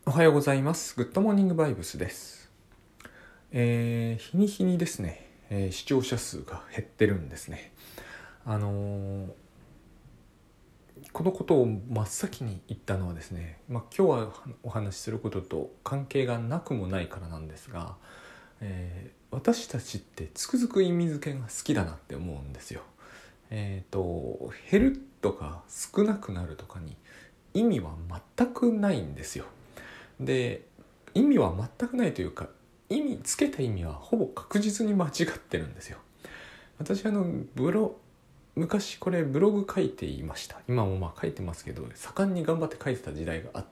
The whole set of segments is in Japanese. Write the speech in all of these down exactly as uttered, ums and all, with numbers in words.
おはようございます。グッドモーニングバイブスです。えー、日に日にですね、えー視聴者数が減ってるんですね。あのーこのことを真っ先に言ったのはですね、まあ、今日はお話しすることと関係がなくもないからなんですが、えー私たちってつくづく意味付けが好きだなって思うんですよ。えっと減るとか少なくなるとかに意味は全くないんですよ。で、意味は全くないというか、意味つけた意味はほぼ確実に間違ってるんですよ。私あのブロ昔これブログ書いていました。今もまあ書いてますけど、盛んに頑張って書いてた時代があって、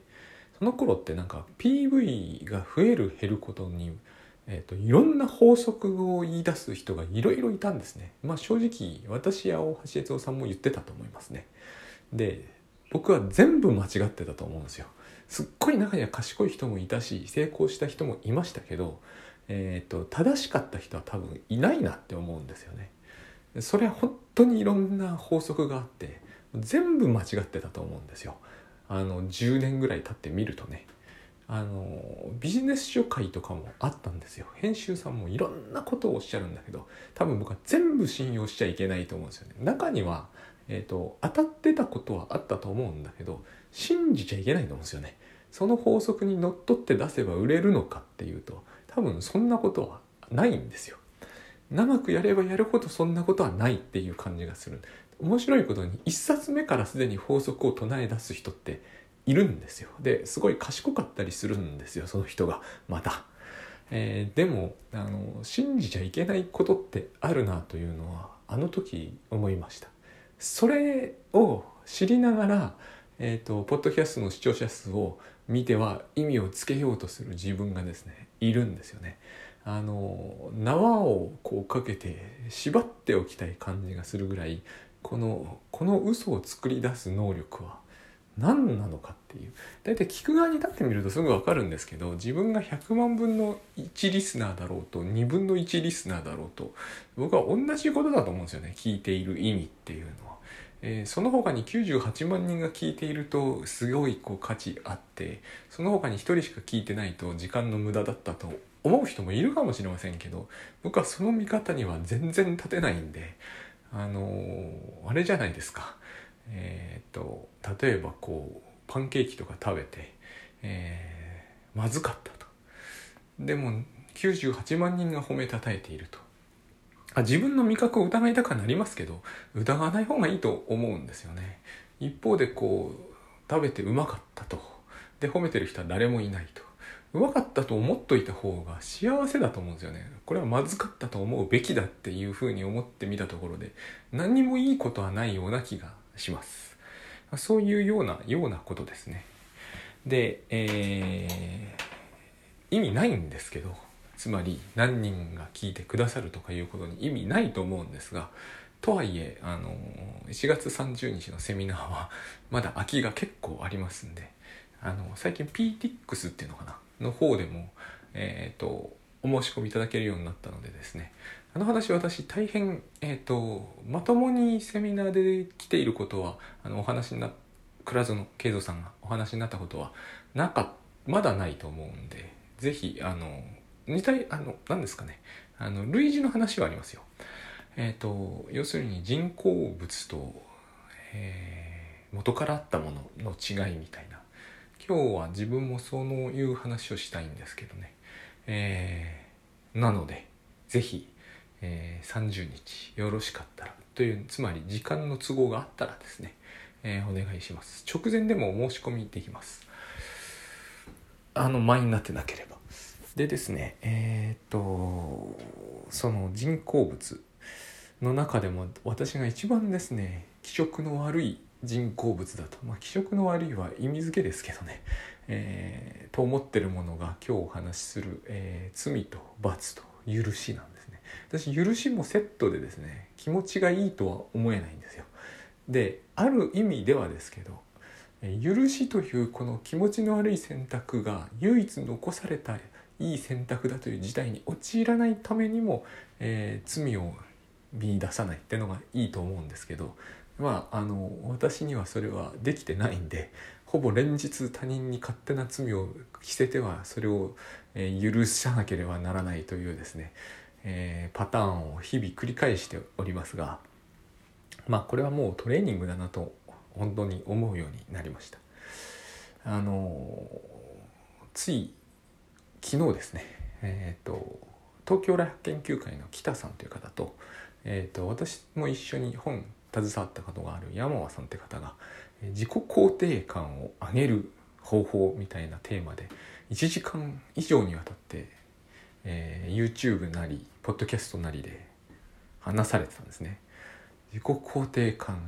その頃ってなんか ピーブイ が増える減ることに、えーと、いろんな法則を言い出す人がいろいろいたんですね。まあ正直私や大橋悦夫さんも言ってたと思いますね。で、僕は全部間違ってたと思うんですよ。すっごい中には賢い人もいたし、成功した人もいましたけど、えーと、正しかった人は多分いないなって思うんですよね。それは本当にいろんな法則があって全部間違ってたと思うんですよ。あのじゅうねんぐらい経ってみるとね、あのビジネス書会とかもあったんですよ。編集さんもいろんなことをおっしゃるんだけど、多分僕は全部信用しちゃいけないと思うんですよね。中には、えーと、当たってたことはあったと思うんだけど信じちゃいけないと思うんですよね。その法則にのっとって出せば売れるのかっていうと、多分そんなことはないんですよ。長くやればやるほどそんなことはないっていう感じがする。面白いことに一冊目からすでに法則を唱え出す人っているんですよ。ですごい賢かったりするんですよ、その人がまた。えー、でもあの信じちゃいけないことってあるなというのはあの時思いました。それを知りながら、えーと、ポッドキャストの視聴者数を見ては意味をつけようとする自分がですねいるんですよね。あの縄をこうかけて縛っておきたい感じがするぐらい、このこの嘘を作り出す能力は何なのかっていう、だいたい聞く側に立ってみるとすぐ分かるんですけど、自分がひゃくまんぶんのいちリスナーだろうとにぶんのいちリスナーだろうと、僕は同じことだと思うんですよね。聞いている意味っていうのは、えー、その他にきゅうじゅうはちまんにんが聞いているとすごいこう価値あって、その他にひとりしか聞いてないと時間の無駄だったと思う人もいるかもしれませんけど、僕はその見方には全然立てないんで、あのー、あれじゃないですか。えー、と例えばこうパンケーキとか食べて、えー、まずかったと。でもきゅうじゅうはちまんにんが褒めたたえていると。あ、自分の味覚を疑いたくはなりますけど、疑わない方がいいと思うんですよね。一方でこう食べてうまかったと、で褒めてる人は誰もいないと。うまかったと思っといた方が幸せだと思うんですよね。これはまずかったと思うべきだっていうふうに思ってみたところで、何にもいいことはないような気がします。そういうようなようなことですね。で、えー、意味ないんですけど、つまり何人が聞いてくださるとかいうことに意味ないと思うんですが、とはいえあのしちがつさんじゅうにちのセミナーはまだ空きが結構ありますんで、あの最近 ピーティックス っていうのかなの方でも、えー、とお申し込みいただけるようになったのでですね、あの話私大変、えー、とまともにセミナーで来ていることはあのお話にな倉園慶三さんがお話になったことはなかまだないと思うんで、ぜひあの似たいあの何ですかね、あの類似の話はありますよ。えっ、と要するに人工物と、えー元からあったものの違いみたいな。今日は自分もそういう話をしたいんですけどね。えーなのでぜひ、えーさんじゅうにちよろしかったらという、つまり時間の都合があったらですね、えーお願いします。直前でもお申し込みできます。あの満員になってなければ。でですね、えーっとその人工物の中でも私が一番ですね気色の悪い人工物だと、まあ、気色の悪いは意味付けですけどね、えー、と思ってるものが今日お話しする、えー、罪と罰と許しなんですね。私許しもセットでですね気持ちがいいとは思えないんですよ。である意味ではですけど、許しというこの気持ちの悪い選択が唯一残されたいい選択だという事態に陥らないためにも、えー、罪を見出さないっていうのがいいと思うんですけど、まああの私にはそれはできてないんで、 ほぼ連日他人に勝手な罪を着せてはそれを、えー、許さなければならないというですね、えー、パターンを日々繰り返しておりますが、まあこれはもうトレーニングだなと本当に思うようになりました。あのつい昨日ですね、えー、と東京来博研究会の北さんという方と、えー、と私も一緒に本携わったことがある山和さんという方が自己肯定感を上げる方法みたいなテーマでいちじかん以上にわたって、えー、YouTube なりポッドキャストなりで話されてたんですね。自己肯定感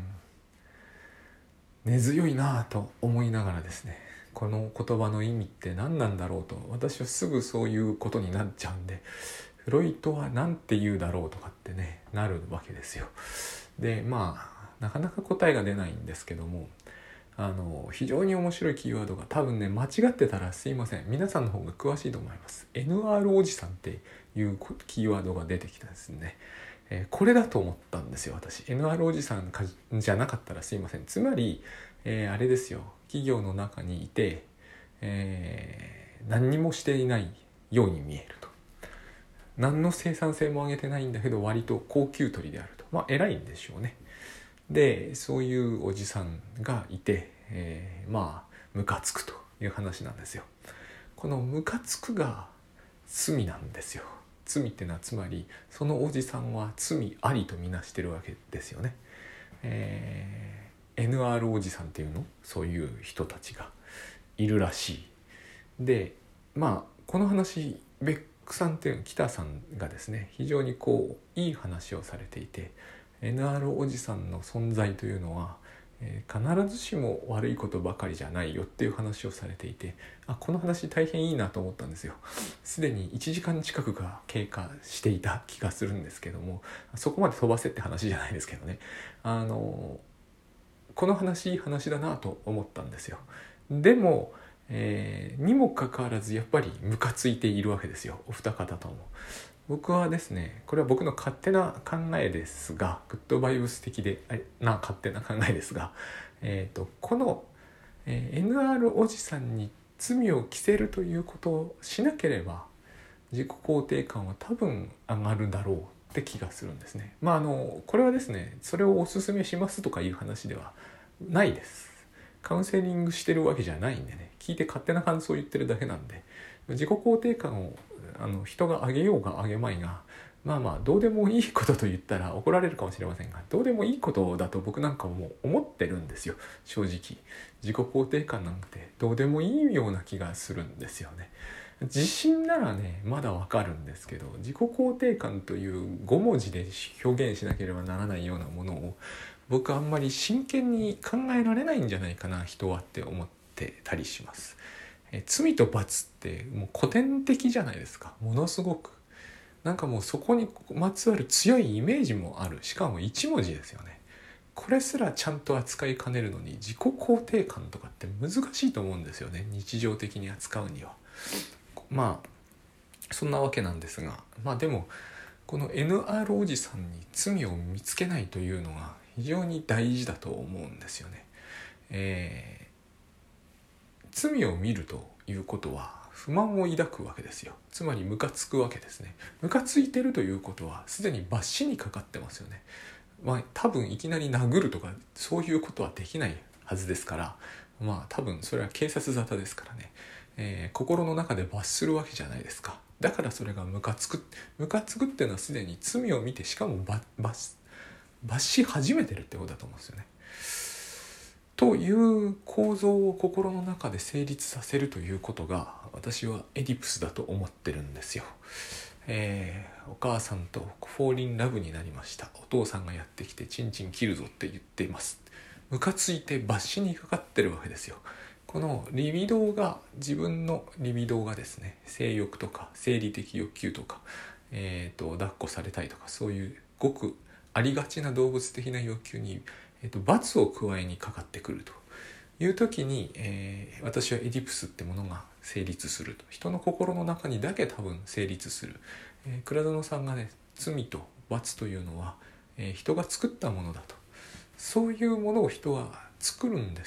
根強いなぁと思いながらですね、この言葉の意味って何なんだろうと、私はすぐそういうことになっちゃうんで、フロイトは何て言うだろうとかってねなるわけですよ。でまあなかなか答えが出ないんですけども、あの非常に面白いキーワードが、多分ね間違ってたらすいません、皆さんの方が詳しいと思います。 エヌアール おじさんっていうキーワードが出てきたんですね。えー、これだと思ったんですよ私。 エヌアール おじさんかじゃなかったらすいません。つまり、えー、あれですよ、企業の中にいて、えー、何にもしていないように見えると、何の生産性も上げてないんだけど割と高給取りであると、まあ偉いんでしょうね。でそういうおじさんがいて、えー、まあムカつくという話なんですよ。このムカつくが罪なんですよ。罪ってのはつまりそのおじさんは罪ありとみなしてるわけですよね。えー、エヌアール おじさんっていうの、そういう人たちがいるらしい。でまあこの話ベックさんっていうの北さんがですね非常にこういい話をされていて、 エヌアール おじさんの存在というのは、えー、必ずしも悪いことばかりじゃないよっていう話をされていて、あこの話大変いいなと思ったんですよ。すでにいちじかん近くが経過していた気がするんですけども、そこまで飛ばせって話じゃないですけどね、あのこの話いい話だなと思ったんですよ。でも、えー、にもかかわらずやっぱりムカついているわけですよ、お二方とも。僕はですね、これは僕の勝手な考えですが、グッドバイブス的でな勝手な考えですが、えーと、この、えー、エヌアール おじさんに罪を着せるということをしなければ自己肯定感は多分上がるだろうって気がするんですね。まああのこれはですね、それをお勧めしますとかいう話ではないです。カウンセリングしてるわけじゃないんでね、聞いて勝手な感想を言ってるだけなんで、自己肯定感をあの人が上げようが上げまいが、まあまあどうでもいいことと言ったら怒られるかもしれませんが、どうでもいいことだと僕なんかも思ってるんですよ、正直。自己肯定感なんてどうでもいいような気がするんですよね。自信ならねまだわかるんですけど、自己肯定感というご文字で表現しなければならないようなものを僕あんまり真剣に考えられないんじゃないかな人はって思ってたりします。え罪と罰ってもう古典的じゃないですか。ものすごくなんかもうそこにまつわる強いイメージもある。しかも一文字ですよね。これすらちゃんと扱いかねるのに自己肯定感とかって難しいと思うんですよね、日常的に扱うには。まあそんなわけなんですが、まあでもこの エヌアール おじさんに罪を見つけないというのが非常に大事だと思うんですよね。えー、罪を見るということは不満を抱くわけですよ。つまりムカつくわけですね。ムカついてるということはすでに罰しにかかってますよね。まあ多分いきなり殴るとかそういうことはできないはずですから、まあ多分それは警察沙汰ですからね、えー、心の中で罰するわけじゃないですか。だからそれがムカつくムカつくっていうのはすでに罪を見て、しかも罰罰罰し始めてるってことだと思うんですよね。という構造を心の中で成立させるということが私はエディプスだと思ってるんですよ。えー、お母さんとフォーリンラブになりました。お父さんがやってきてチンチン切るぞって言っています。ムカついて罰しにかかってるわけですよ。このリビドーが自分のリビドーがですね、性欲とか生理的欲求とか、えー、と抱っこされたいとかそういうごくありがちな動物的な欲求に、えー、と罰を加えにかかってくるという時に、えー、私はエディプスってものが成立すると、人の心の中にだけ多分成立する、えー、倉園さんがね、罪と罰というのは、えー、人が作ったものだと、そういうものを人は作るんですよ。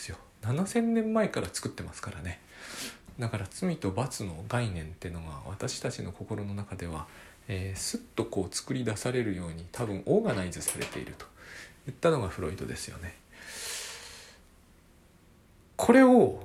ななせんねんまえから作ってますからね。だから罪と罰の概念っていうのが私たちの心の中では、えー、スッとこう作り出されるように多分オーガナイズされているといったのがフロイトですよね。これを、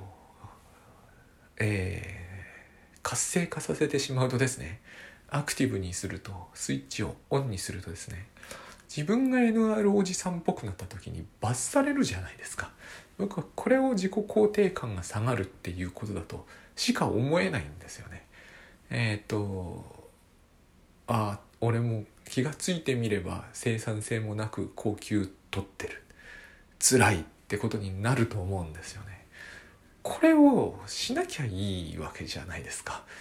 えー、活性化させてしまうとですね、アクティブにすると、スイッチをオンにするとですね、自分が エヌアール おじさんっぽくなった時に罰されるじゃないですか。僕はこれを自己肯定感が下がるっていうことだとしか思えないんですよね。えっとああ俺も気がついてみれば生産性もなく高級取ってる、辛いってことになると思うんですよね。これをしなきゃいいわけじゃないですか。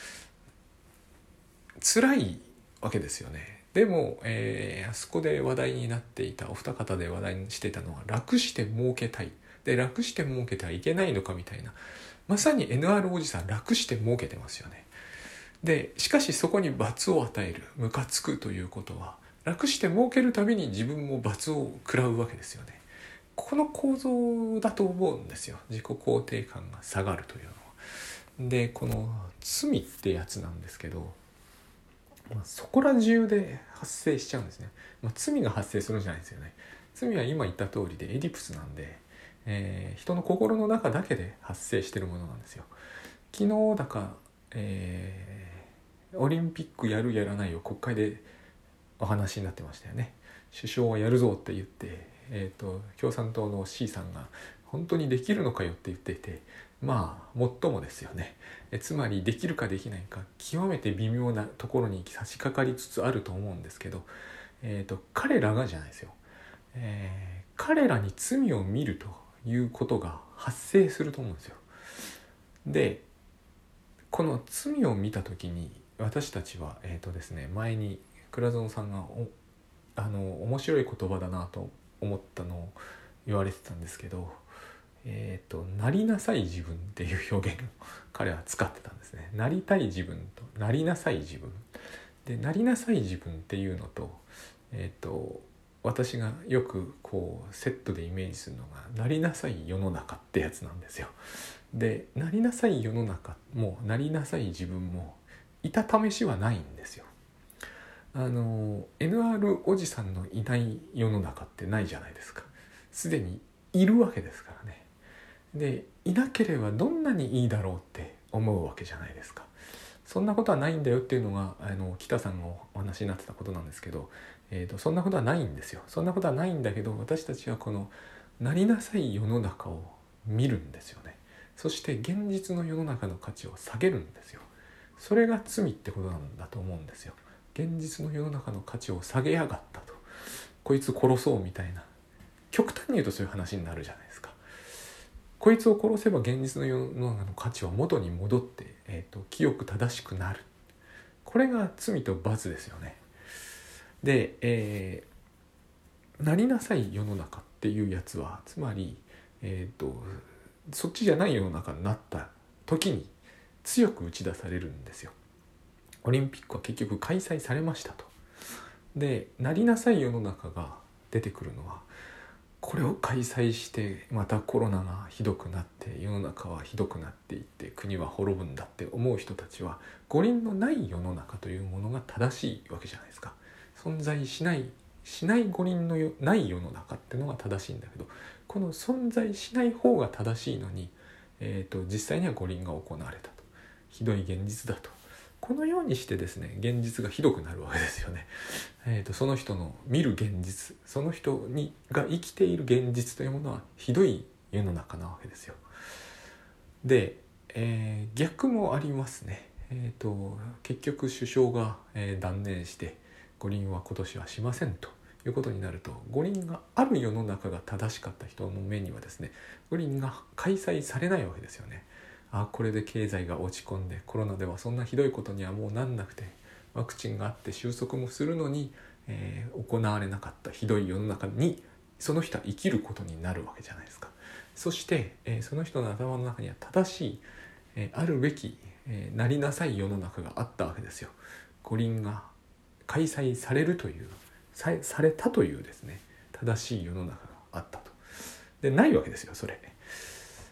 辛いわけですよね。でも、えー、あそこで話題になっていたお二方で話題にしていたのは楽して儲けたいで、楽して儲けてはいけないのかみたいな、まさに エヌアール おじさん楽して儲けてますよね。でしかしそこに罰を与える、ムカつくということは楽して儲けるたびに自分も罰を食らうわけですよね。この構造だと思うんですよ、自己肯定感が下がるというのは。でこの罪ってやつなんですけど、まあ、そこら中で発生しちゃうんですね。まあ、罪が発生するんじゃないですよね。罪は今言った通りでエディプスなんで、えー、人の心の中だけで発生してるものなんですよ。昨日だか、えー、オリンピックやるやらないを国会でお話になってましたよね。首相はやるぞって言って、えーと、共産党の C さんが本当にできるのかよって言っていて、まあもっともですよね。えつまりできるかできないか極めて微妙なところに差し掛かりつつあると思うんですけど、えーと、彼らがじゃないですよ、えー、彼らに罪を見るということが発生すると思うんですよ。でこの罪を見た時に私たちは、えーとですね、前に倉園さんがおあの面白い言葉だなと思ったのを言われてたんですけど、えーと、なりなさい自分っていう表現を彼は使ってたんですね。なりたい自分となりなさい自分で、なりなさい自分っていうのと、えーと、私がよくこうセットでイメージするのがなりなさい世の中ってやつなんですよ。でなりなさい世の中もなりなさい自分もいた試しはないんですよ。あの エヌアール おじさんのいない世の中ってないじゃないですか。すでにいるわけですからね。でいなければどんなにいいだろうって思うわけじゃないですか。そんなことはないんだよっていうのがあの北さんがお話になってたことなんですけど、えーと、そんなことはないんですよ。そんなことはないんだけど、私たちはこのなりなさい世の中を見るんですよね。そして現実の世の中の価値を下げるんですよ。それが罪ってことなんだと思うんですよ。現実の世の中の価値を下げやがったと、こいつ殺そうみたいな、極端に言うとそういう話になるじゃないですか。こいつを殺せば現実の世の中の価値は元に戻って、えーと、清く正しくなる。これが罪と罰ですよね。で、えー、なりなさい世の中っていうやつはつまり、えーと、そっちじゃない世の中になった時に強く打ち出されるんですよ。オリンピックは結局開催されましたと。でなりなさい世の中が出てくるのは、これを開催してまたコロナがひどくなって世の中はひどくなっていって国は滅ぶんだって思う人たちは、五輪のない世の中というものが正しいわけじゃないですか。存在しないしない五輪のない世の中っていうのが正しいんだけど、この存在しない方が正しいのに、えーと、実際には五輪が行われたと、ひどい現実だと、このようにしてですね現実がひどくなるわけですよね。えーと、その人の見る現実、その人にが生きている現実というものはひどい世の中なわけですよ。で、えー、逆もありますね。えーと、結局首相が、えー、断念して五輪は今年はしませんということになると、五輪がある世の中が正しかった人の目にはですね、五輪が開催されないわけですよね。あ、これで経済が落ち込んでコロナではそんなひどいことにはもうなんなくて、ワクチンがあって収束もするのに、えー、行われなかったひどい世の中にその人は生きることになるわけじゃないですか。そして、えー、その人の頭の中には正しい、えー、あるべき、えー、なりなさい世の中があったわけですよ。五輪が開催されるという さ, されたというですね正しい世の中があったと。でないわけですよそれ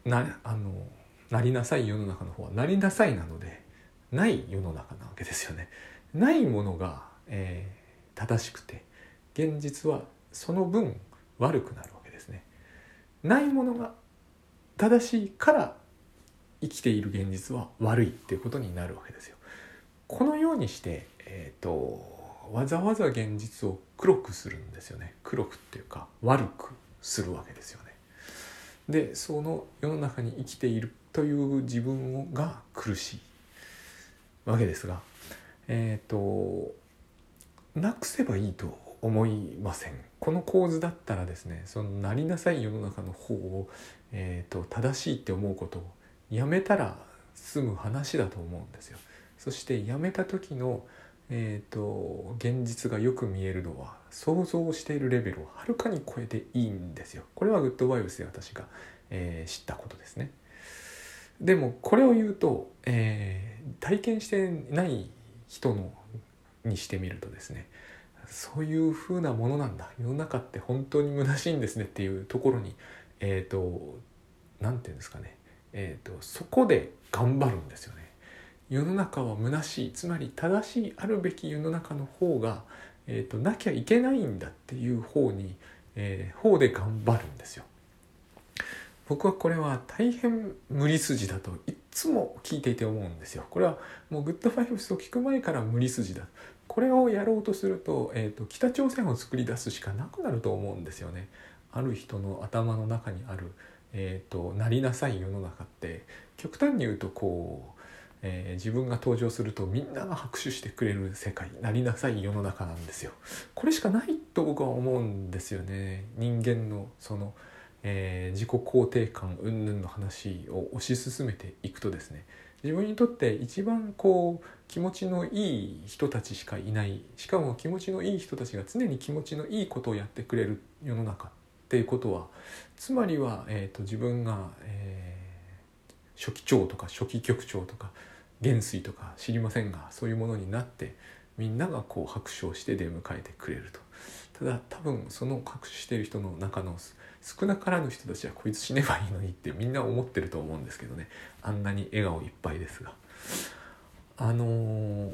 なあのなりなさい世の中の方はなりなさいなのでない世の中なわけですよね。ないものが、えー、正しくて現実はその分悪くなるわけですね。ないものが正しいから生きている現実は悪いっていうことになるわけですよ。このようにして、えーと、わざわざ現実を黒くするんですよね。黒くっていうか悪くするわけですよね。でその世の中に生きているという自分が苦しいわけですが、えーとなくせばいいと思いません。この構図だったらですね、そのなりなさい世の中の方を、えーと正しいって思うことをやめたら済む話だと思うんですよ。そしてやめた時の、えーと現実がよく見えるのは想像しているレベルをはるかに超えていいんですよ。これはグッドバイブスで私が、えー知ったことですね。でもこれを言うと、えー体験してない人のにしてみるとですね、そういう風なものなんだ、世の中って本当に虚しいんですねっていうところに、えっとなんていうんですかね、えーとそこで頑張るんですよね。世の中は虚しい、つまり正しいあるべき世の中の方が、えーとなきゃいけないんだっていう方に、えー、方で頑張るんですよ。僕はこれは大変無理筋だといつも聞いていて思うんですよ。これはもうグッドファイブスを聞く前から無理筋だ。これをやろうとすると、えーと、北朝鮮を作り出すしかなくなると思うんですよね。ある人の頭の中にある、えーと、なりなさい世の中って極端に言うとこう、えー、自分が登場するとみんなが拍手してくれる世界、なりなさい世の中なんですよ。これしかないと僕は思うんですよね。人間のそのえー、自己肯定感云々の話を推し進めていくとですね、自分にとって一番こう気持ちのいい人たちしかいない、しかも気持ちのいい人たちが常に気持ちのいいことをやってくれる世の中っていうことは、つまりは、えーと、自分が、えー、書記長とか書記局長とか元帥とか知りませんが、そういうものになってみんながこう拍手をして出迎えてくれると。ただ多分その拍手している人の中の少なからぬ人たちはこいつ死ねばいいのにってみんな思ってると思うんですけどね。あんなに笑顔いっぱいですが、あのー、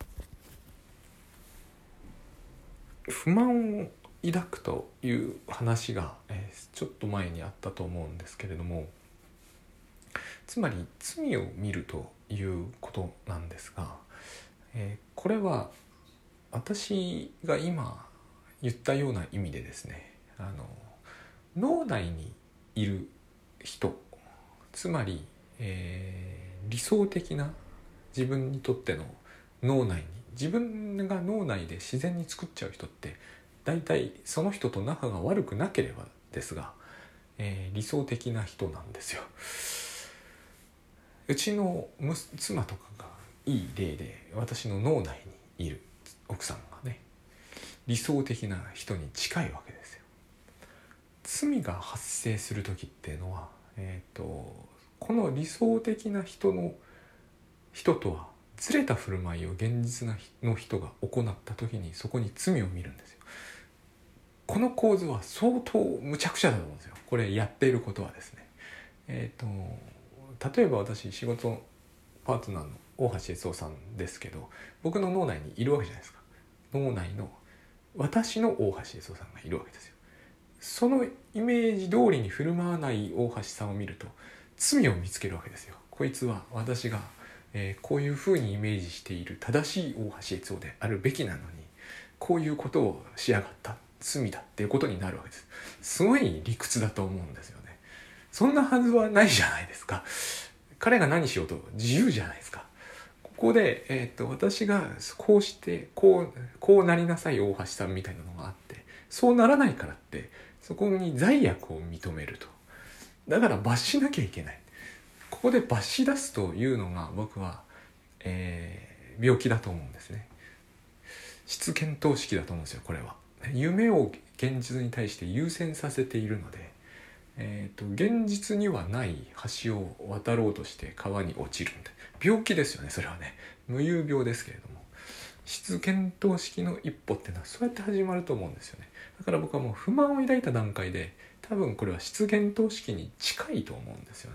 不満を抱くという話が、えー、ちょっと前にあったと思うんですけれども、つまり罪を見るということなんですが、えー、これは私が今言ったような意味でですね、あの脳内にいる人、つまり、えー、理想的な自分にとっての脳内に、自分が脳内で自然に作っちゃう人って大体その人と仲が悪くなければですが、えー、理想的な人なんですよ。うちの妻とかがいい例で、私の脳内にいる奥さんがね、理想的な人に近いわけですよ。罪が発生する時っていうのは、えーと、この理想的な人の人とはずれた振る舞いを現実の人が行った時にそこに罪を見るんですよ。この構図は相当むちゃくちゃだと思うんですよ。これやっていることはですね、えーと、例えば私仕事のパートナーの大橋悦夫さんですけど、僕の脳内にいるわけじゃないですか。脳内の私の大橋悦夫さんがいるわけですよ。そのイメージ通りに振る舞わない大橋さんを見ると罪を見つけるわけですよ。こいつは私が、えー、こういうふうにイメージしている正しい大橋悦夫であるべきなのに、こういうことをしやがった罪だっていうことになるわけです。すごい理屈だと思うんですよね。そんなはずはないじゃないですか。彼が何しようと自由じゃないですか。ここで、えー、と私がこうしてこうこうなりなさい大橋さんみたいなのがあって、そうならないからってそこに罪悪を認めると。だから罰しなきゃいけない。ここで罰し出すというのが僕は、えー、病気だと思うんですね。質検討式だと思うんですよ。これは夢を現実に対して優先させているので、えー、と現実にはない橋を渡ろうとして川に落ちるんで、病気ですよね。それはね、無遊病ですけれども、質検討式の一歩っていうのはそうやって始まると思うんですよね。だから僕はもう不満を抱いた段階で多分これは質検討式に近いと思うんですよね。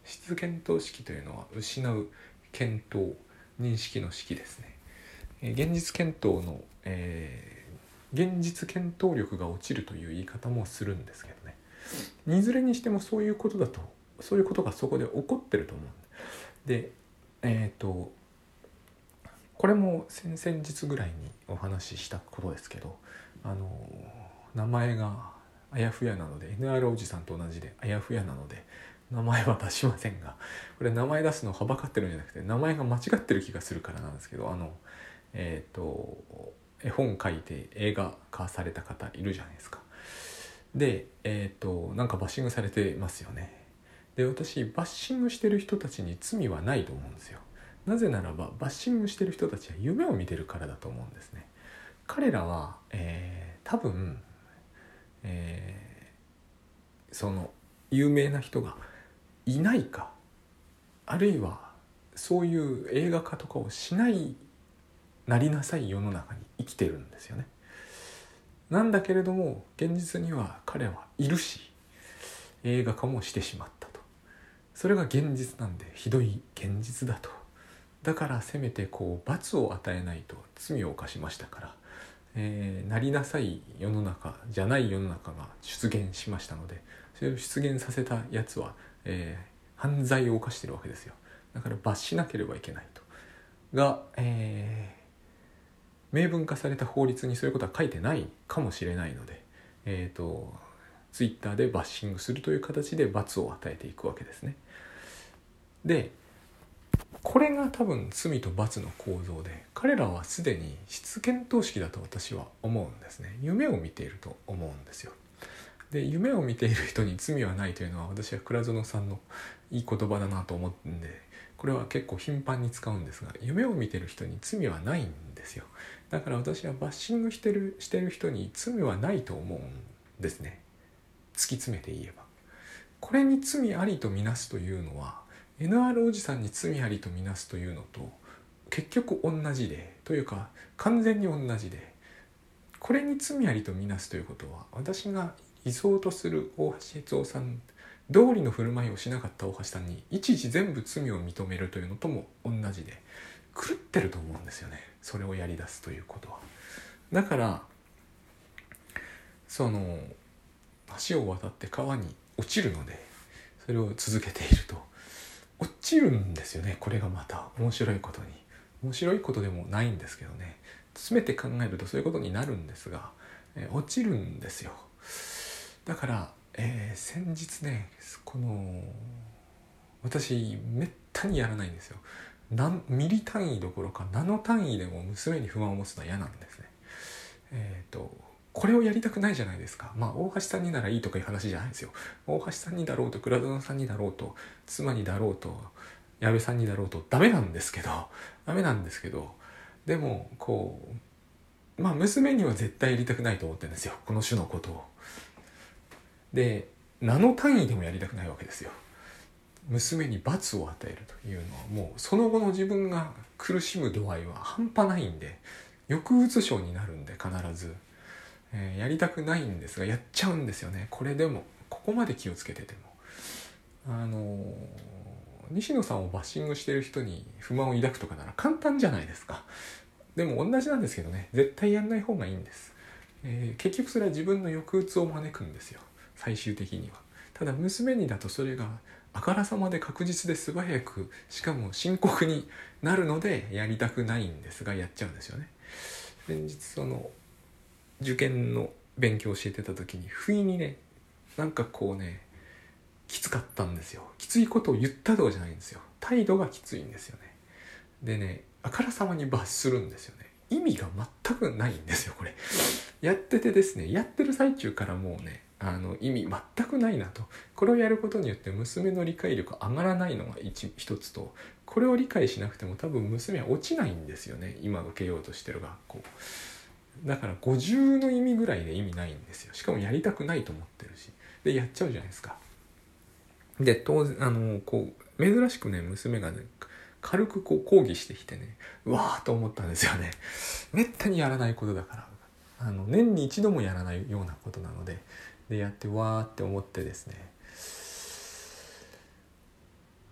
質検討式というのは失う検討、認識の式ですね。えー、現実検討の、えー、現実検討力が落ちるという言い方もするんですけどね。いずれにしてもそういうことだと、そういうことがそこで起こってると思うんで、えっとこれも先々日ぐらいにお話ししたことですけど、あの名前があやふやなので エヌアール おじさんと同じであやふやなので名前は出しませんが、これ名前出すのをはばかってるんじゃなくて名前が間違ってる気がするからなんですけど、あのえっと絵本書いて映画化された方いるじゃないですか。でえっとなんかバッシングされてますよね。で私バッシングしてる人たちに罪はないと思うんですよ。なぜならばバッシングしてる人たちは夢を見てるからだと思うんですね。彼らは、えー、多分、えー、その有名な人がいないか、あるいはそういう映画化とかをしないなりなさい世の中に生きてるんですよね。なんだけれども現実には彼はいるし映画化もしてしまったと。それが現実なんでひどい現実だと。だからせめてこう罰を与えないと罪を犯しましたから、えー、なりなさい世の中じゃない世の中が出現しましたので、それを出現させたやつは、えー、犯罪を犯してるわけですよ。だから罰しなければいけないと。が、えー、明文化された法律にそういうことは書いてないかもしれないので、えーと、ツイッターでバッシングするという形で罰を与えていくわけですね。でこれが多分罪と罰の構造で、彼らはすでに質検討式だと私は思うんですね。夢を見ていると思うんですよ。で夢を見ている人に罪はないというのは私は倉園さんのいい言葉だなと思うんで、これは結構頻繁に使うんですが、夢を見ている人に罪はないんですよ。だから私はバッシングしてるしてる人に罪はないと思うんですね。突き詰めて言えばこれに罪ありとみなすというのはエヌアール おじさんに罪ありとみなすというのと結局同じで、というか完全に同じで、これに罪ありとみなすということは私が理想とする大橋悦夫さん通りの振る舞いをしなかった大橋さんに一時全部罪を認めるというのとも同じで、狂ってると思うんですよね、それをやり出すということは。だからその橋を渡って川に落ちるのでそれを続けていると落ちるんですよね。これがまた面白いことに、面白いことでもないんですけどね、詰めて考えるとそういうことになるんですが、えー、落ちるんですよ。だから、えー、先日ね、この私めったにやらないんですよ。なんミリ単位どころかナノ単位でも娘に不満を持つのは嫌なんですね。えっとこれをやりたくないじゃないですか。まあ大橋さんにならいいとかいう話じゃないですよ。大橋さんにだろうと倉園さんにだろうと妻にだろうと矢部さんにだろうとダメなんですけどダメなんですけどでもこうまあ娘には絶対やりたくないと思ってるんですよ、この種のことを。でナノ単位でもやりたくないわけですよ。娘に罰を与えるというのはもうその後の自分が苦しむ度合いは半端ないんで、抑うつ症になるんで必ず。えー、やりたくないんですがやっちゃうんですよね。これでもここまで気をつけててもあのー、西野さんをバッシングしてる人に不満を抱くとかなら簡単じゃないですか。でも同じなんですけどね、絶対やんない方がいいんです、えー、結局それは自分の抑うつを招くんですよ最終的には。ただ娘にだとそれがあからさまで確実で素早くしかも深刻になるのでやりたくないんですがやっちゃうんですよね。先日その受験の勉強を教えてた時に不意にねなんかこうねきつかったんですよ。きついことを言ったとかじゃないんですよ、態度がきついんですよね。でねあからさまに罰するんですよね。意味が全くないんですよこれ。やっててですねやってる最中からもうねあの意味全くないなと。これをやることによって娘の理解力上がらないのが 一, 一つと、これを理解しなくても多分娘は落ちないんですよね今受けようとしてる学校だからごじゅうの意味ぐらいで意味ないんですよ。しかもやりたくないと思ってるしでやっちゃうじゃないですか。で当然あのこう珍しくね娘がね軽くこう抗議してきてねうわーと思ったんですよね。めったにやらないことだからあの年に一度もやらないようなことなのででやってわーって思ってですね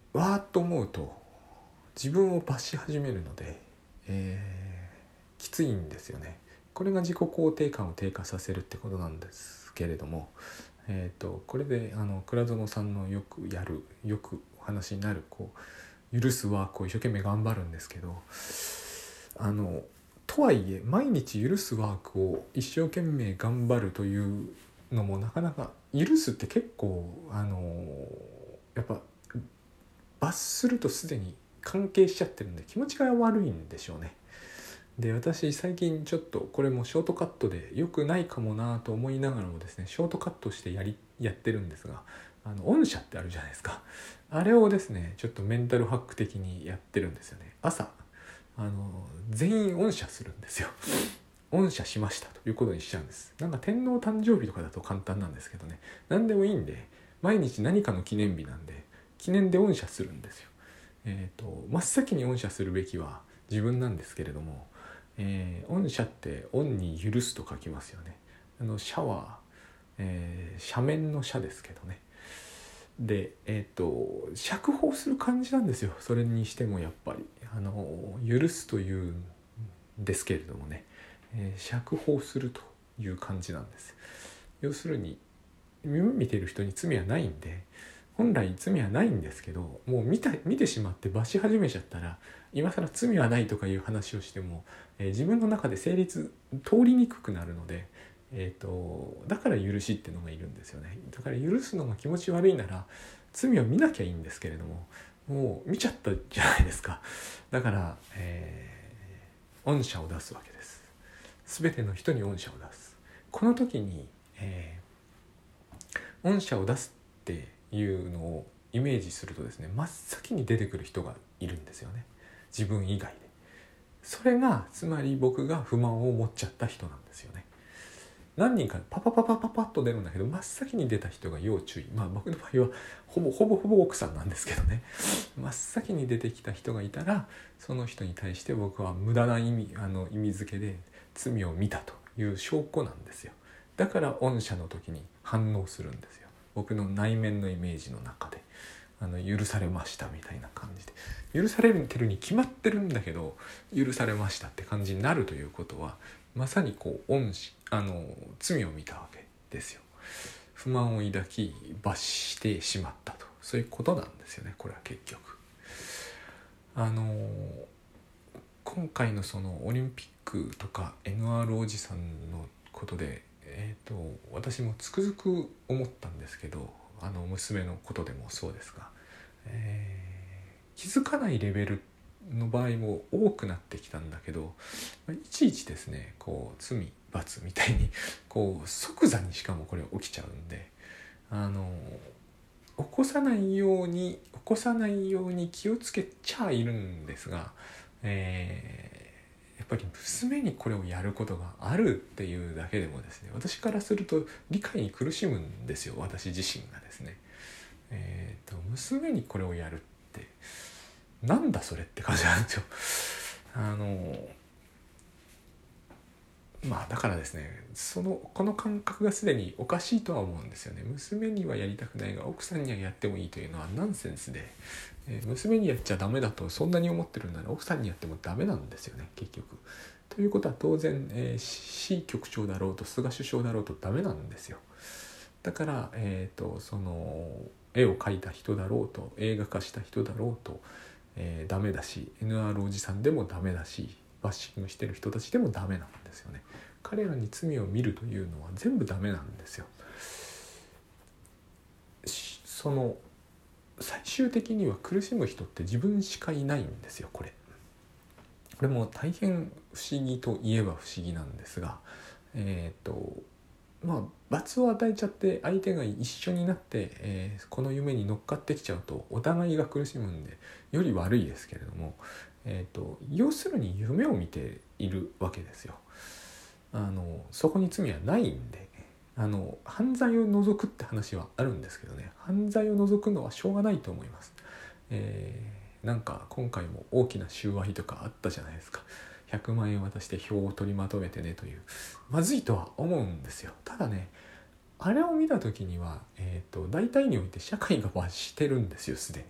わーっと思うと自分を罰し始めるので、えー、きついんですよね。これが自己肯定感を低下させるってことなんですけれども、えーと、これであの倉園さんのよくやるよくお話になるこう許すワークを一生懸命頑張るんですけど、あのとはいえ毎日許すワークを一生懸命頑張るというのもなかなか許すって結構あのやっぱ罰するとすでに関係しちゃってるんで気持ちが悪いんでしょうね。で私最近ちょっとこれもショートカットで良くないかもなと思いながらもですねショートカットしてやりやってるんですが、あの御社ってあるじゃないですか。あれをですねちょっとメンタルハック的にやってるんですよね。朝あの全員御社するんですよ。御社しましたということにしちゃうんです。なんか天皇誕生日とかだと簡単なんですけどね、何でもいいんで毎日何かの記念日なんで記念で御社するんですよ。えーと真っ先に御社するべきは自分なんですけれども、えー、御社って御に許すと書きますよね。あの社は、えー、社面の社ですけどね。でえっ、ー、と釈放する感じなんですよ。それにしてもやっぱりあの許すというんですけれどもね、えー、釈放するという感じなんです。要するに夢見てる人に罪はないんで本来罪はないんですけど、もう見た見てしまって罰し始めちゃったら今更罪はないとかいう話をしても、えー、自分の中で成立通りにくくなるので、えーと、だから許しっていうのがいるんですよね。だから許すのが気持ち悪いなら罪を見なきゃいいんですけれども、もう見ちゃったじゃないですか。だから、えー、御社を出すわけです。全ての人に御社を出す。この時に、えー、御社を出すっていうのをイメージするとですね、真っ先に出てくる人がいるんですよね。自分以外で。それがつまり僕が不満を持っちゃった人なんですよね。何人かパパパパパパッと出るんだけど真っ先に出た人が要注意。まあ僕の場合はほぼほぼほぼ奥さんなんですけどね。真っ先に出てきた人がいたらその人に対して僕は無駄な意味あの意味付けで罪を見たという証拠なんですよ。だから御社の時に反応するんですよ。僕の内面のイメージの中であの許されましたみたいな感じで、許されてるに決まってるんだけど許されましたって感じになるということはまさにこう恩しあの罪を見たわけですよ。不満を抱き罰してしまったと、そういうことなんですよね。これは結局あの今回のそのオリンピックとか エヌアール おじさんのことで、えーと、私もつくづく思ったんですけど、あの娘のことでもそうですが、えー、気づかないレベルの場合も多くなってきたんだけど、いちいちですねこう罪罰みたいにこう即座にしかもこれ起きちゃうんで、あの起こさないように起こさないように気をつけちゃいるんですが、えー、やっぱり娘にこれをやることがあるっていうだけでもですね、私からすると理解に苦しむんですよ。私自身がですね、えーと娘にこれをやるってなんだそれって感じなんですよ。あのまあだからですね、そのこの感覚がすでにおかしいとは思うんですよね。娘にはやりたくないが奥さんにはやってもいいというのはナンセンスで、えー、娘にやっちゃダメだとそんなに思ってるなら奥さんにやってもダメなんですよね結局。ということは当然、えー、C 局長だろうと菅首相だろうとダメなんですよ。だから、えーと、その絵を描いた人だろうと映画化した人だろうと、えー、ダメだし エヌアール おじさんでもダメだしバッシングしてる人たちでもダメなんですよね。彼らに罪を見るというのは全部ダメなんですよ。その最終的には苦しむ人って自分しかいないんですよ。これこれも大変不思議といえば不思議なんですが、えっとまあ罰を与えちゃって相手が一緒になって、えー、この夢に乗っかってきちゃうとお互いが苦しむんでより悪いですけれども、えーと、要するに夢を見ているわけですよ。あのそこに罪はないんで、あの犯罪を除くって話はあるんですけどね、犯罪を除くのはしょうがないと思います。えー、なんか今回も大きな収賄とかあったじゃないですか。ひゃくまんえん渡して票を取りまとめてねという、まずいとは思うんですよ。ただね、あれを見た時には、えーと、大体において社会が罰してるんですよすでに。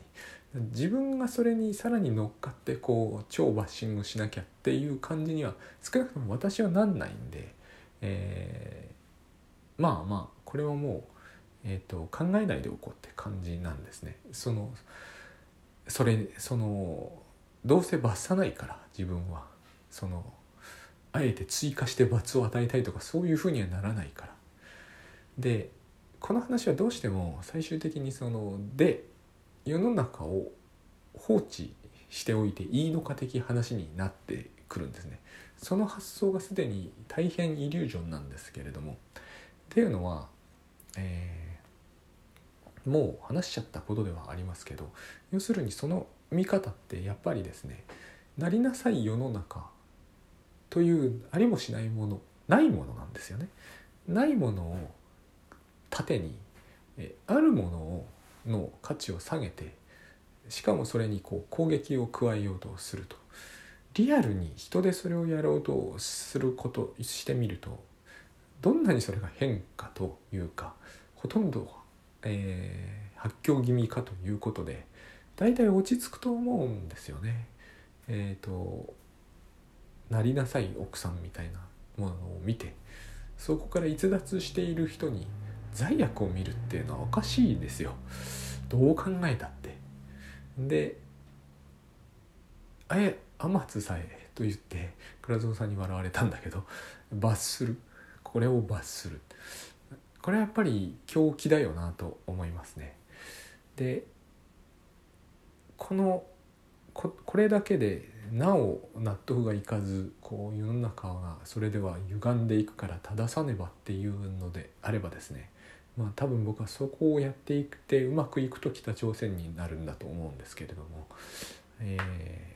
自分がそれにさらに乗っかってこう超バッシングしなきゃっていう感じには少なくとも私はなんないんで、えー、まあまあこれはもう、えーと、考えないでおこうって感じなんですね。そのそれそのどうせ罰さないから自分はそのあえて追加して罰を与えたいとかそういうふうにはならないから。でこの話はどうしても最終的にそので世の中を放置しておいていいのか的話になってくるんですね。その発想がすでに大変イリュージョンなんですけれども、っていうのは、えー、もう話しちゃったことではありますけど、要するにその見方ってやっぱりですね、なりなさい世の中というありもしないもの、ないものなんですよね。ないものを盾にえあるものをの価値を下げて、しかもそれにこう攻撃を加えようとすると、リアルに人でそれをやろうとすることしてみると、どんなにそれが変かというか、ほとんど、えー、発狂気味かということで大体落ち着くと思うんですよね。えっとなりなさい奥さんみたいなものを見て、そこから逸脱している人に罪悪を見るっていうのはおかしいですよ、どう考えたって。で、あえ天津さえと言って倉園さんに笑われたんだけど、罰する、これを罰する、これはやっぱり狂気だよなと思いますね。でこの こ, これだけでなお納得がいかず、こう世の中がそれでは歪んでいくから正さねばっていうのであればですね、まあ多分僕はそこをやっていってうまくいくと北朝鮮になるんだと思うんですけれども、え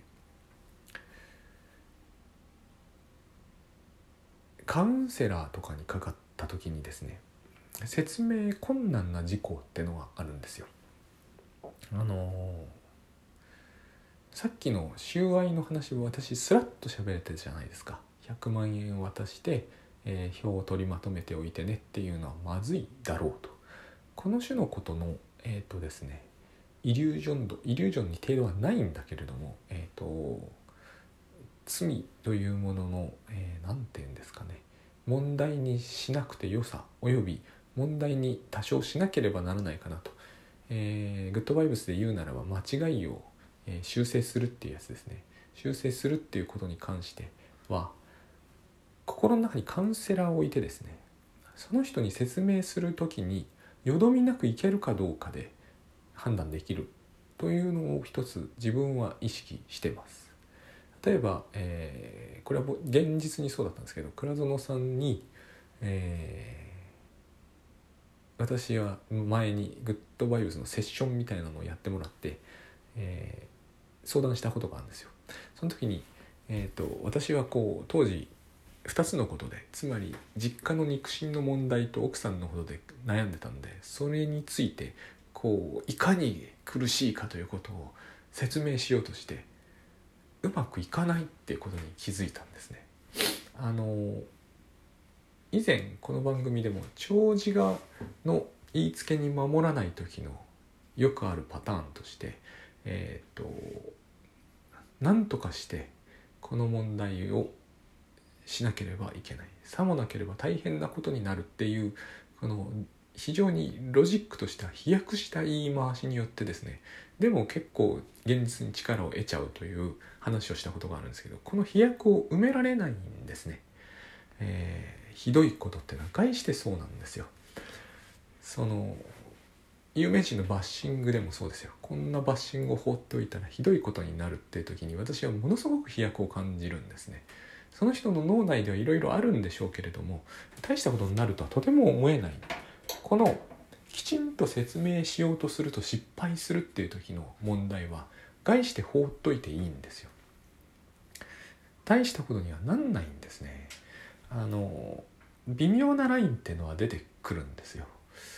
ー、カウンセラーとかにかかった時にですね、説明困難な事項ってのがあるんですよ。あのーさっきの収賄の話を私スラッと喋れてるじゃないですか。ひゃくまんえん渡して、えー、表を取りまとめておいてねっていうのはまずいだろうと。この種のことのえっ、ー、とですねイリュージョン度イリュージョンに程度はないんだけれども、えっ、ー、と罪というものの、えー、なんていうんですかね、問題にしなくてよさおよび問題に多少しなければならないかなと、えー、グッドバイブスで言うならば間違いをえー、修正するっていうやつですね。修正するっていうことに関しては心の中にカウンセラーを置いてですね、その人に説明するときによどみなくいけるかどうかで判断できるというのを一つ自分は意識してます。例えば、えー、これは現実にそうだったんですけど、倉園さんに、えー、私は前にグッドバイブスのセッションみたいなのをやってもらって、えー相談したことがあるんですよ。その時に、えーと、私はこう当時ふたつのことで、つまり実家の肉親の問題と奥さんのことで悩んでたんで、それについてこういかに苦しいかということを説明しようとしてうまくいかないっていうことに気づいたんですね。あの以前この番組でも長自我の言いつけに守らない時のよくあるパターンとしてえー、と何とかしてこの問題をしなければいけない、さもなければ大変なことになるっていう、この非常にロジックとした飛躍した言い回しによってですね、でも結構現実に力を得ちゃうという話をしたことがあるんですけど、この飛躍を埋められないんですね。えー、ひどいことってのは概してそうなんですよ。その有名人のバッシングでもそうですよ。こんなバッシングを放っておいたらひどいことになるっていう時に私はものすごく飛躍を感じるんですね。その人の脳内ではいろいろあるんでしょうけれども、大したことになるとはとても思えない。このきちんと説明しようとすると失敗するっていう時の問題は概して放っといていいんですよ。大したことにはなんないんですね。あの微妙なラインっていうのは出てくるんですよ。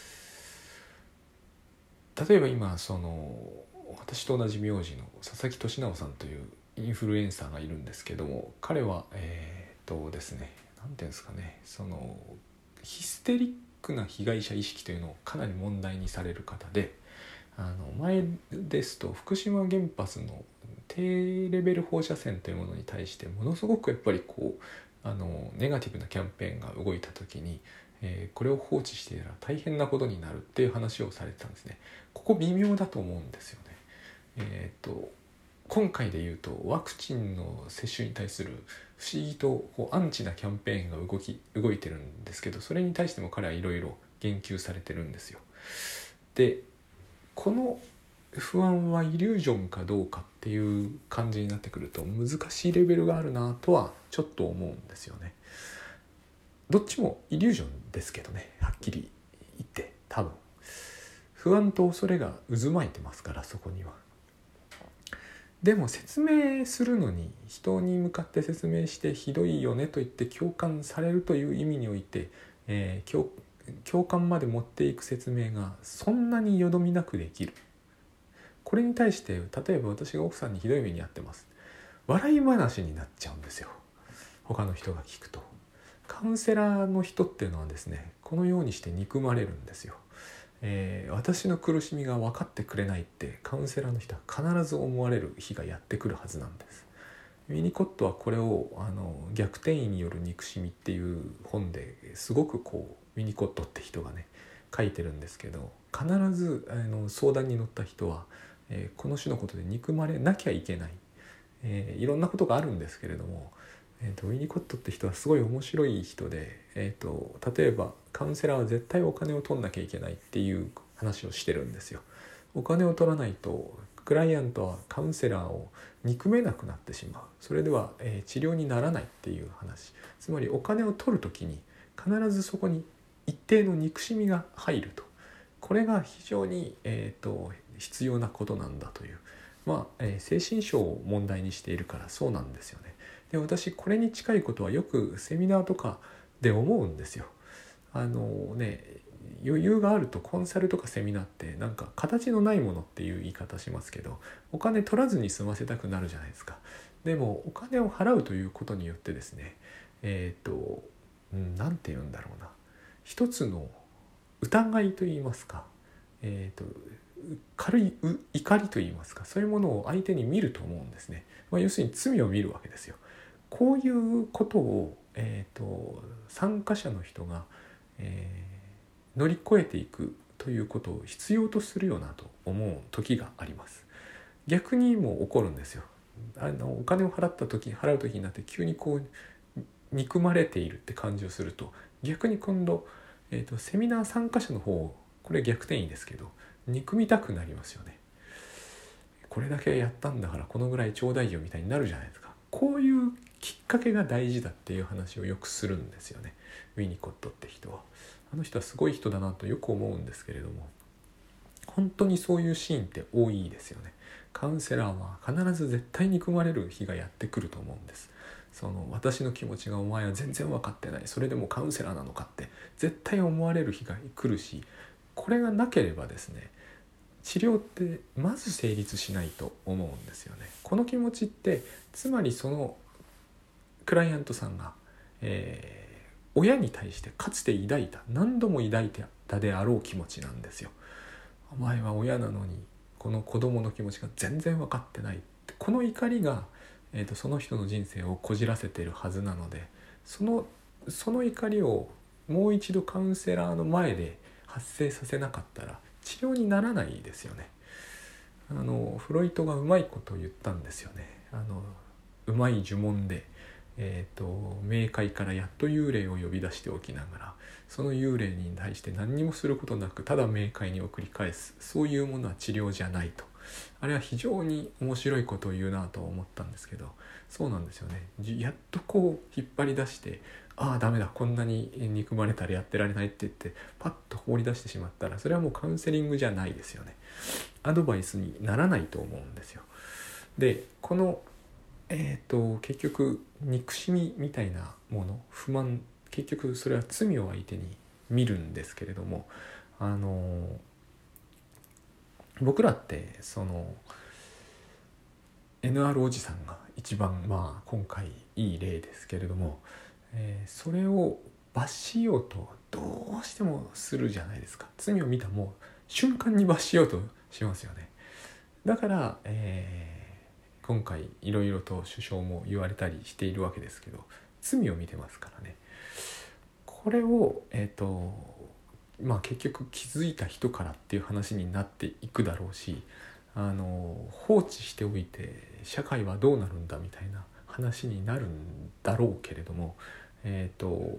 例えば今その私と同じ名字の佐々木俊直さんというインフルエンサーがいるんですけども、彼はえー、っとですねなんていうんですかね、そのヒステリックな被害者意識というのをかなり問題にされる方で、 あの前ですと福島原発の低レベル放射線というものに対してものすごくやっぱりこうあのネガティブなキャンペーンが動いた時に、えー、これを放置していたら大変なことになるっていう話をされてたんですね。ここ微妙だと思うんですよね。えー、と今回で言うとワクチンの接種に対する不思議とこうアンチなキャンペーンが動き動いてるんですけど、それに対しても彼はいろいろ言及されてるんですよ。でこの不安はイリュージョンかどうかっていう感じになってくると難しいレベルがあるなとはちょっと思うんですよね。どっちもイリュージョンですけどね、はっきり言って多分不安と恐れが渦巻いてますから、そこには。でも説明するのに人に向かって説明してひどいよねと言って共感されるという意味において、えー、共, 共感まで持っていく説明がそんなによどみなくできる。これに対して例えば私が奥さんにひどい目に遭ってます、笑い話になっちゃうんですよ、他の人が聞くと。カウンセラーの人っていうのはですね、このようにして憎まれるんですよ。えー、私の苦しみが分かってくれないってカウンセラーの人は必ず思われる日がやってくるはずなんです。ウィニコットはこれをあの逆転移による憎しみっていう本ですごくこうウィニコットって人がね書いてるんですけど、必ずあの相談に乗った人は、えー、この種のことで憎まれなきゃいけない、えー、いろんなことがあるんですけれども、えーと、ウィニコットって人はすごい面白い人で、えーと、例えばカウンセラーは絶対お金を取んなきゃいけないっていう話をしてるんですよ。お金を取らないとクライアントはカウンセラーを憎めなくなってしまう。それでは、えー、治療にならないっていう話。つまりお金を取るときに必ずそこに一定の憎しみが入ると。これが非常に、えーと、必要なことなんだという、まあえー、精神症を問題にしているからそうなんですよね。で私これに近いことはよくセミナーとかで思うんですよ。あのね余裕があるとコンサルとかセミナーってなんか形のないものっていう言い方しますけど、お金取らずに済ませたくなるじゃないですか。でもお金を払うということによってですね、えっと、うん、なんて言うんだろうな、一つの疑いと言いますか、えーと、軽い怒りと言いますか、そういうものを相手に見ると思うんですね。まあ、要するに罪を見るわけですよ。こういうことを、えーと、参加者の人が、えー、乗り越えていくということを必要とするよなと思う時があります。逆にも起こるんですよ。あのお金を払った時払う時になって急にこう憎まれているって感じをすると、逆に今度えーと、セミナー参加者の方、これ逆転移ですけど憎みたくなりますよね。これだけやったんだからこのぐらいちょうだいよみたいになるじゃないですか。こういうきっかけが大事だっていう話をよくするんですよね、ウィニコットって人は。あの人はすごい人だなとよく思うんですけれども、本当にそういうシーンって多いですよね。カウンセラーは必ず絶対憎まれる日がやってくると思うんです。その私の気持ちがお前は全然分かってない、それでもカウンセラーなのかって絶対思われる日が来るし、これがなければですね、治療ってまず成立しないと思うんですよね。この気持ちってつまりそのクライアントさんが、えー、親に対してかつて抱いた何度も抱いてたであろう気持ちなんですよ。お前は親なのにこの子供の気持ちが全然分かってないって、この怒りがえーと、その人の人生をこじらせているはずなので、その、その怒りをもう一度カウンセラーの前で発生させなかったら治療にならないですよね。あのフロイトがうまいことを言ったんですよね。あのうまい呪文で、えーと、冥界からやっと幽霊を呼び出しておきながら、その幽霊に対して何にもすることなくただ冥界に送り返す、そういうものは治療じゃないと。あれは非常に面白いことを言うなと思ったんですけど、そうなんですよね。やっとこう引っ張り出して、ああダメだ、こんなに憎まれたらやってられないって言ってパッと放り出してしまったら、それはもうカウンセリングじゃないですよね。アドバイスにならないと思うんですよ。でこのえーと結局憎しみみたいなもの、不満、結局それは罪を相手に見るんですけれども、あのー僕らってその エヌアール おじさんが一番まあ今回いい例ですけれども、えー、それを罰しようとどうしてもするじゃないですか。罪を見たも瞬間に罰しようとしますよね。だから、えー、今回いろいろと首相も言われたりしているわけですけど、罪を見てますからね。これを、えーとまあ、結局気づいた人からっていう話になっていくだろうし、あの放置しておいて社会はどうなるんだみたいな話になるんだろうけれども、えーと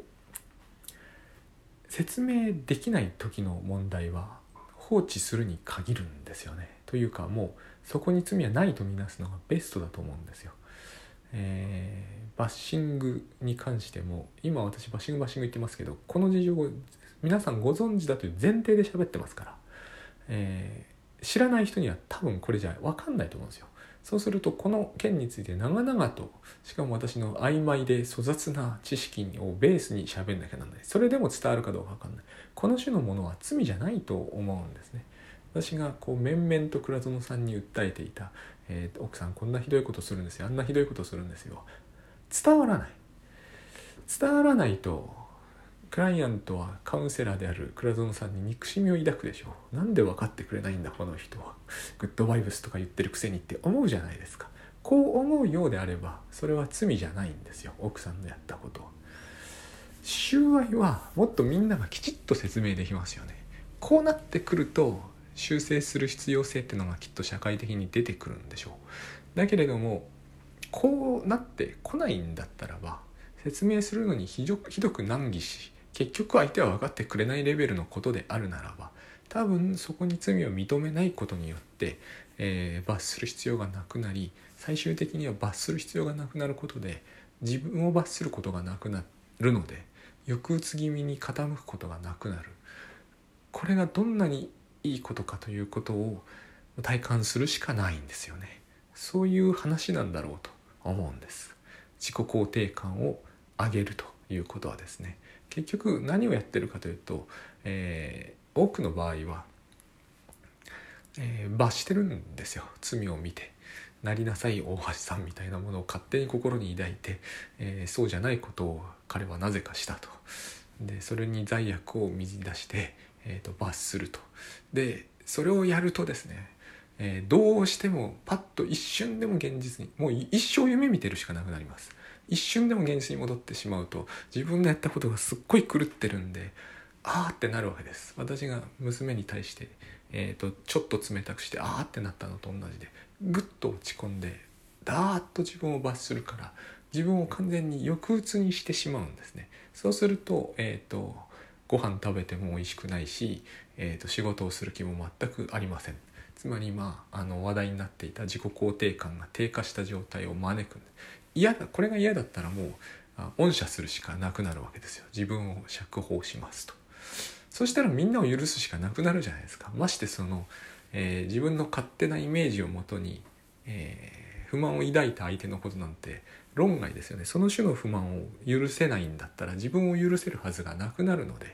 説明できない時の問題は放置するに限るんですよね。というかもうそこに罪はないとみなすのがベストだと思うんですよ。えー、バッシングに関しても今私バッシングバッシング言ってますけど、この事情を皆さんご存知だという前提で喋ってますから、えー、知らない人には多分これじゃ分かんないと思うんですよ。そうするとこの件について長々と、しかも私の曖昧で粗雑な知識をベースに喋んなきゃならない。それでも伝わるかどうか分かんない。この種のものは罪じゃないと思うんですね。私がこう面々と倉園さんに訴えていた、えー、奥さんこんなひどいことするんですよ、あんなひどいことするんですよ、伝わらない伝わらないと、クライアントはカウンセラーである倉園さんに憎しみを抱くでしょう。なんで分かってくれないんだこの人は、グッドバイブスとか言ってるくせにって思うじゃないですか。こう思うようであればそれは罪じゃないんですよ、奥さんのやったことは。収賄はもっとみんながきちっと説明できますよね。こうなってくると修正する必要性っていうのがきっと社会的に出てくるんでしょう。だけれどもこうなってこないんだったらば、説明するのにひどく、ひどく難儀し、結局相手は分かってくれないレベルのことであるならば、多分そこに罪を認めないことによって、えー、罰する必要がなくなり、最終的には罰する必要がなくなることで自分を罰することがなくなるので、抑うつ気味に傾くことがなくなる。これがどんなにいいことかということを体感するしかないんですよね。そういう話なんだろうと思うんです。自己肯定感を上げるということはですね、結局何をやってるかというと、えー、多くの場合は、えー、罰してるんですよ。罪を見てなりなさい大橋さんみたいなものを勝手に心に抱いて、えー、そうじゃないことを彼はなぜかしたと。でそれに罪悪を見出して、えー、と罰すると。でそれをやるとですね、えー、どうしてもパッと一瞬でも現実に、もう一生夢見てるしかなくなります。一瞬でも現実に戻ってしまうと、自分のやったことがすっごい狂ってるんで、あーってなるわけです。私が娘に対して、えー、とちょっと冷たくしてあーってなったのと同じで、ぐっと落ち込んでダーッと自分を罰するから、自分を完全に抑うつにしてしまうんですね。そうすると、えー、とご飯食べても美味しくないし、えー、と仕事をする気も全くありません。つまり、まあ、あの話題になっていた自己肯定感が低下した状態を招く。嫌だ、これが嫌だったらもう恩赦するしかなくなるわけですよ。自分を釈放しますと。そしたらみんなを許すしかなくなるじゃないですか。ましてその、えー、自分の勝手なイメージをもとに、えー、不満を抱いた相手のことなんて論外ですよね。その種の不満を許せないんだったら自分を許せるはずがなくなるので、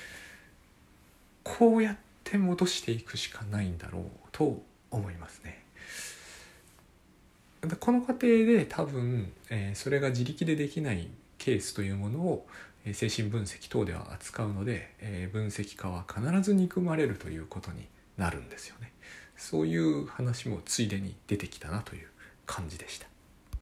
こうやって戻していくしかないんだろうと思いますね。この過程で多分、えー、それが自力でできないケースというものを、えー、精神分析等では扱うので、えー、分析家は必ず憎まれるということになるんですよね。そういう話もついでに出てきたなという感じでした。